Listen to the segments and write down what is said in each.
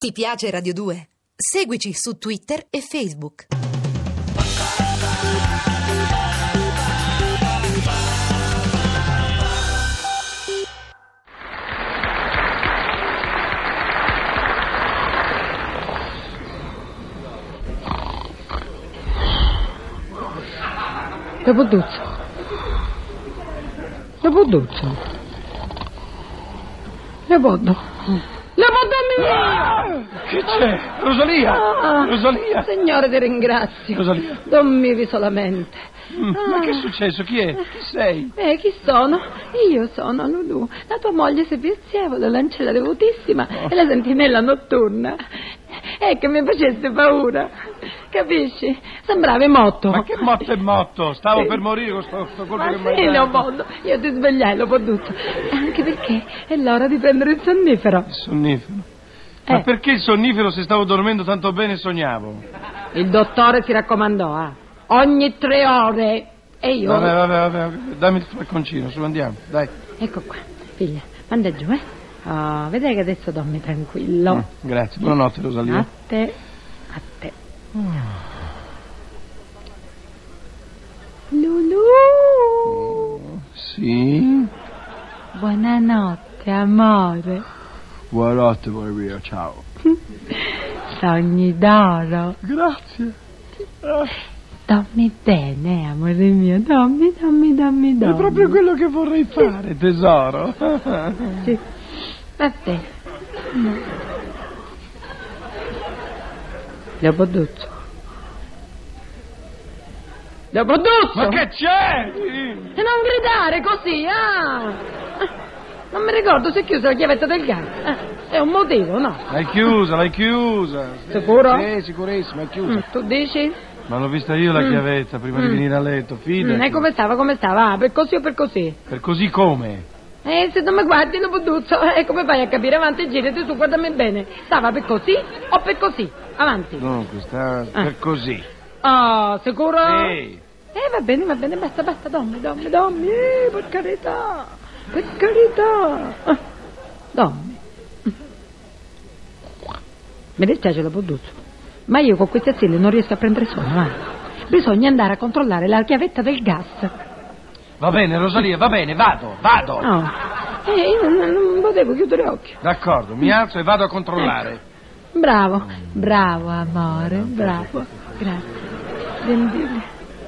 Ti piace Radio 2? Seguici su Twitter e Facebook. Lepoduzzo. Leopoldo mio! Che c'è? Rosalia! Rosalia! Signore, ti ringrazio. Rosalia. Dormivi solamente. Ma che è successo? Chi è? Chi sei? Chi sono? Io sono Lulù, la tua moglie servizievole, l'ancella devotissima e la sentinella notturna. Che mi faceste paura, capisci? Sembravi motto. Ma che motto è motto? Stavo per morire con sto colpo che mi hai dato. Leopoldo, io ti svegliai, l'ho potuto. Anche perché è l'ora di prendere il sonnifero. Il sonnifero? Ma perché il sonnifero se stavo dormendo tanto bene sognavo? Il dottore si raccomandò, ogni 3 ore. E io... Vabbè, dammi il flacconcino, su, andiamo, dai. Ecco qua, figlia, manda giù, vedrai che adesso dormi tranquillo. Grazie, buonanotte, Rosalia. A te. Lulù! Sì? Buonanotte, amore. Buonanotte, amore mio, ciao. Sogni d'oro. Grazie. Dormi bene, amore mio, dormi. È proprio quello che vorrei fare, tesoro. Sì, va bene. Leopolduccio. Ma che c'è? E non gridare così, Non mi ricordo se è chiusa la chiavetta del gas. È un motivo, no? L'hai chiusa. Sicuro? Sì, sicurissimo, è chiusa. Tu dici? Ma l'ho vista io la chiavetta prima di venire a letto, fidati. E come stava? Per così o per così? Per così come? Se non mi guardi lo Leopolduccio, come fai a capire? Avanti, girati su, guardami bene. Stava per così o per così? Avanti. Dunque, sta per così. Sicuro? Sì. Va bene, basta, dormi. Per carità. Dormi. Mi dispiace Leopolduccio, ma io con questi asili non riesco a prendere sonno, Bisogna andare a controllare la chiavetta del gas. Va bene, Rosalia, va bene, vado. No, io non potevo chiudere occhio. D'accordo, mi alzo e vado a controllare. Bravo, amore, bravo. Grazie. Gentile.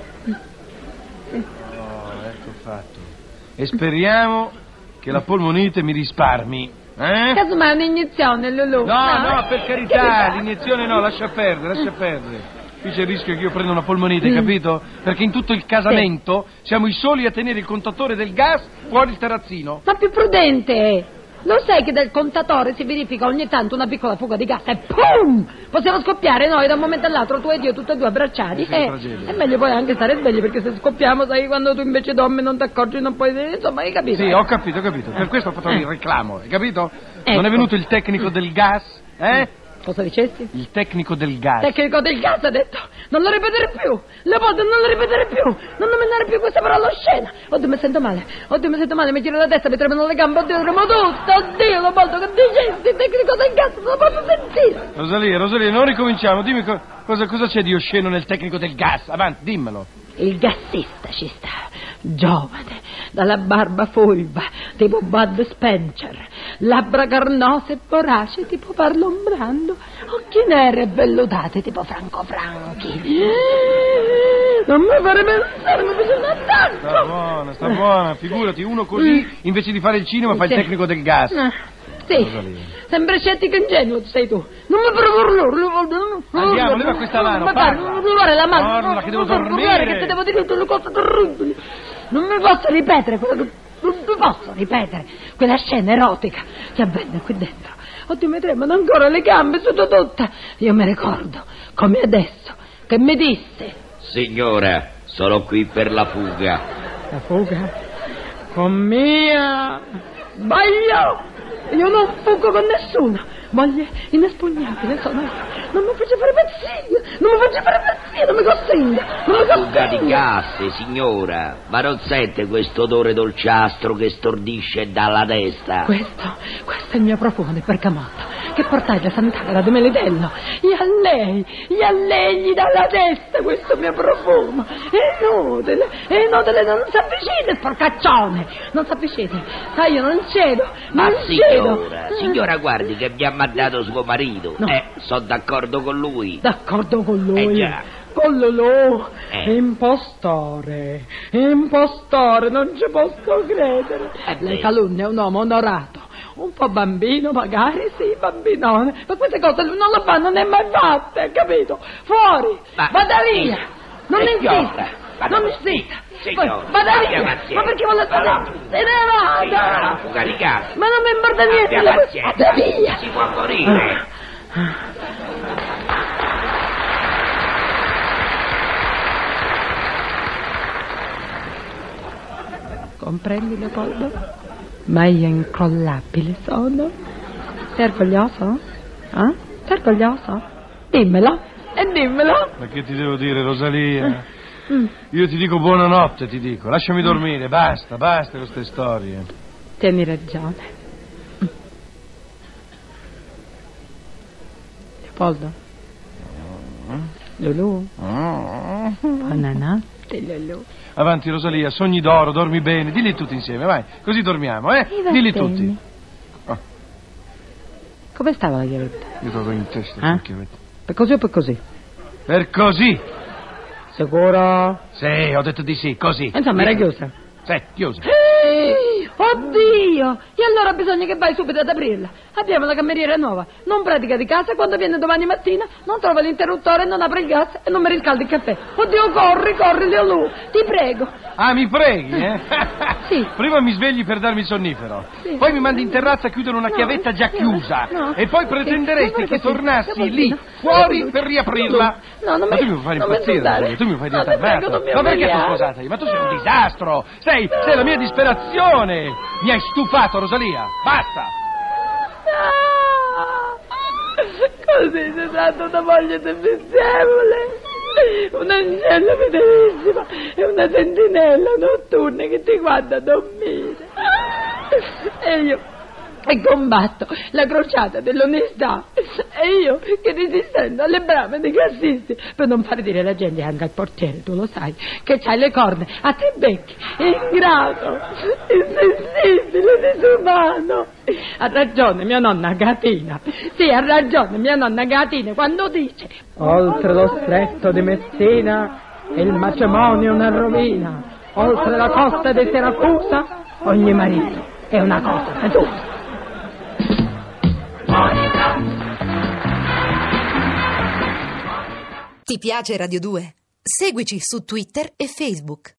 Ecco fatto. E speriamo che la polmonite mi risparmi. Casomai è un'iniezione, Lulù. No, per carità, l'iniezione no, lascia perdere. Qui c'è il rischio che io prenda una polmonite, capito? Perché in tutto il casamento siamo i soli a tenere il contatore del gas fuori il terrazzino. Ma più prudente! Lo sai che dal contatore si verifica ogni tanto una piccola fuga di gas e PUM! Possiamo scoppiare noi da un momento all'altro, tu ed io, tutti e due abbracciati. È meglio poi anche stare svegli, perché se scoppiamo, sai, quando tu invece dormi non ti accorgi, non puoi... Insomma, hai capito? Sì, ho capito. Per questo ho fatto il reclamo, hai capito? Ecco. Non è venuto il tecnico del gas, Cosa dicesti? Il tecnico del gas. Tecnico del gas, ha detto. Non lo ripetere più. Leopoldo, non lo ripetere più. Non nominare più questa parola oscena. Oddio, mi sento male. Mi giro la testa, mi tremano le gambe. Oddio, tremo tutto. Oddio, Leopoldo, che dicesti? Tecnico del gas, non lo posso sentire. Rosalia, non ricominciamo. Dimmi cosa c'è di osceno nel tecnico del gas. Avanti, dimmelo. Il gassista ci sta. Giovane, dalla barba fulva, tipo Bud Spencer, labbra carnose e voraci, tipo Marlon Brando, occhi neri e vellutati, tipo Franco Franchi. Non mi fare pensare, mi bisogna tanto. Sta buona, figurati, uno così, invece di fare il cinema, fa il tecnico del gas. Sì, sempre scettico e ingenuo sei tu. Non mi proporlo. Andiamo, leva questa mano, non provare la mano. Parla, che devo dormire. Che ti devo dire tutte le cose terribili. Non mi posso ripetere quella scena erotica che avvenne qui dentro. Oddio, mi tremano ancora le gambe sotto tutta. Io mi ricordo, come adesso, che mi disse: Signora, sono qui per la fuga. La fuga? Con mia? Sbaglio! Io non fuggo con nessuno. Moglie inespugnabile sono io. Non mi faccio fare pazzie, non mi costringa. Fuga di gas, signora. Ma non sente questo odore dolciastro che stordisce dalla testa? Questo è il mio profumo di bergamotto. che portai la Sant'Agata di Melitello. E a lei gli dà la testa questo mio profumo. È inutile, non si avvicina, porcaccione, non si avvicina. Sai, io non cedo, Ma non cedo. signora, guardi che mi ha mandato suo marito. No. Sono d'accordo con lui. D'accordo con lui. Già. Con Lulù. Impostore, non ci posso credere. Lei calunnia un uomo onorato. Un po' bambino, magari, sì, bambinone. Ma queste cose lui non le fanno né mai fatte, capito? Fuori, vada via. Non insista, non insista. Signora, Vada abbia via. pazienza. Ma perché vuole stare? Se ne Signora, vada. non fuga di casa. Ma non mi importa niente. Abbia pazienza. Vada via. Si può morire. Comprendi, Leopoldo? Ma io incrollabile sono. Sei orgoglioso? Sei orgoglioso? Dimmelo, e dimmelo. Ma che ti devo dire, Rosalia? Io ti dico buonanotte, ti dico. Lasciami dormire, basta con queste storie. Tieni ragione. Leopoldo? Lulù? Buonanotte, Lulù. Avanti, Rosalia, sogni d'oro, dormi bene. Dilli tutti insieme, vai. Così dormiamo, Va Dilli bene. tutti. Come stava la chiavetta? Io trovo in testa la chiavetta. Per così o per così? Per così. Sicuro? Sì, ho detto di sì, così. Insomma, era chiusa. Sì, chiusa. Oddio! E allora bisogna che vai subito ad aprirla. Abbiamo la cameriera nuova. Non pratica di casa, quando viene domani mattina non trova l'interruttore, non apre il gas e non mi riscalda il caffè. Oddio, corri, Lulù, ti prego. Ah, mi preghi, Sì. Prima mi svegli per darmi il sonnifero. Sì. Poi mi mandi in terrazza a chiudere una chiavetta già chiusa. No. E poi pretenderesti Sì, che sì, tornassi sì, lì, no. fuori No, per riaprirla. No, non Ma mi- tu mi fai non mi impazzire, insultare. Rosalia, tu mi fai No, ti diventare prego, non mi matto. Ma perché sto umiliare. sposata io? Ma tu sei un disastro. Sei la mia disperazione. Mi hai stufato, Rosalia. Basta. Così si tratta una moglie disprezzevole, un agnello fedelissima e una sentinella notturna che ti guarda dormire. E io che combatto la crociata dell'onestà, e io che resistendo alle brame dei cassisti per non far dire alla gente anche al portiere, tu lo sai, che c'hai le corna a tre becchi, ingrato, insensibile, disumano. Ha ragione mia nonna Gatina, sì, ha ragione mia nonna Gatina quando dice: oltre lo stretto di Messina il matrimonio è una rovina, oltre la costa di Siracusa ogni marito è una cosa giusta. Ti piace Radio 2? Seguici su Twitter e Facebook.